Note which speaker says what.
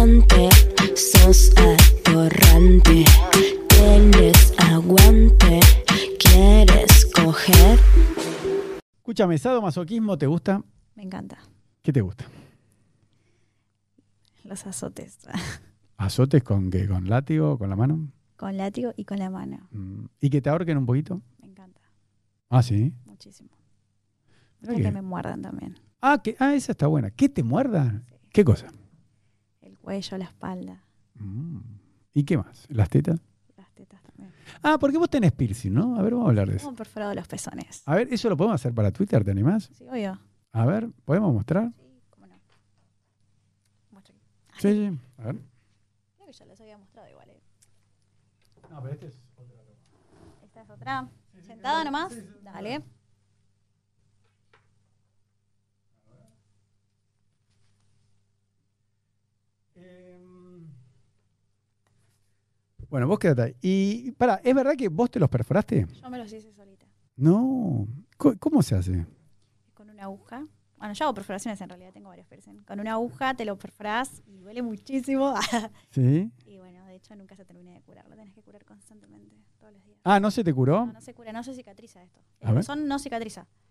Speaker 1: atorrante, sos atorrante. Tienes aguante, ¿quieres coger?
Speaker 2: Escúchame, ¿sadomasoquismo te gusta?
Speaker 3: Me encanta.
Speaker 2: ¿Qué te gusta?
Speaker 3: Los azotes.
Speaker 2: ¿Azotes con qué? ¿Con látigo? ¿Con la mano?
Speaker 3: Con látigo y con la mano.
Speaker 2: ¿Y que te ahorquen un poquito?
Speaker 3: Me encanta.
Speaker 2: Ah, sí.
Speaker 3: Muchísimo.
Speaker 2: Mirá
Speaker 3: Que
Speaker 2: que-
Speaker 3: me muerdan también.
Speaker 2: Esa está buena. ¿Qué te muerda?
Speaker 3: Sí.
Speaker 2: ¿Qué cosa?
Speaker 3: El cuello, la espalda,
Speaker 2: ¿Y qué más? ¿Las tetas?
Speaker 3: las tetas también.
Speaker 2: Porque vos tenés piercing, ¿no? A ver, vamos a hablar de eso.
Speaker 3: Tengo perforado los pezones.
Speaker 2: A ver, ¿eso lo podemos hacer para Twitter? ¿Te animás?
Speaker 3: Sí, obvio.
Speaker 2: A ver, ¿podemos mostrar?
Speaker 3: Sí, cómo no. Muestra aquí.
Speaker 2: Sí, sí. A ver.
Speaker 3: Creo que ya les había mostrado igual.
Speaker 2: No, pero este es otra.
Speaker 3: Esta es otra. ¿Sentada nomás? Dale.
Speaker 2: Bueno, vos quedate ahí. Y, ¿es verdad que vos te los perforaste?
Speaker 3: Yo me los hice solita.
Speaker 2: No. ¿Cómo se hace?
Speaker 3: Con una aguja. Bueno, yo hago perforaciones en realidad, tengo varios piercing. Con una aguja te lo perforás y duele muchísimo.
Speaker 2: ¿Sí?
Speaker 3: Y bueno, de hecho nunca se termina de curar. Lo tenés que curar constantemente, todos los días.
Speaker 2: ¿No se te curó?
Speaker 3: No se cura, no se cicatriza esto.
Speaker 2: A ver.
Speaker 3: No cicatriza.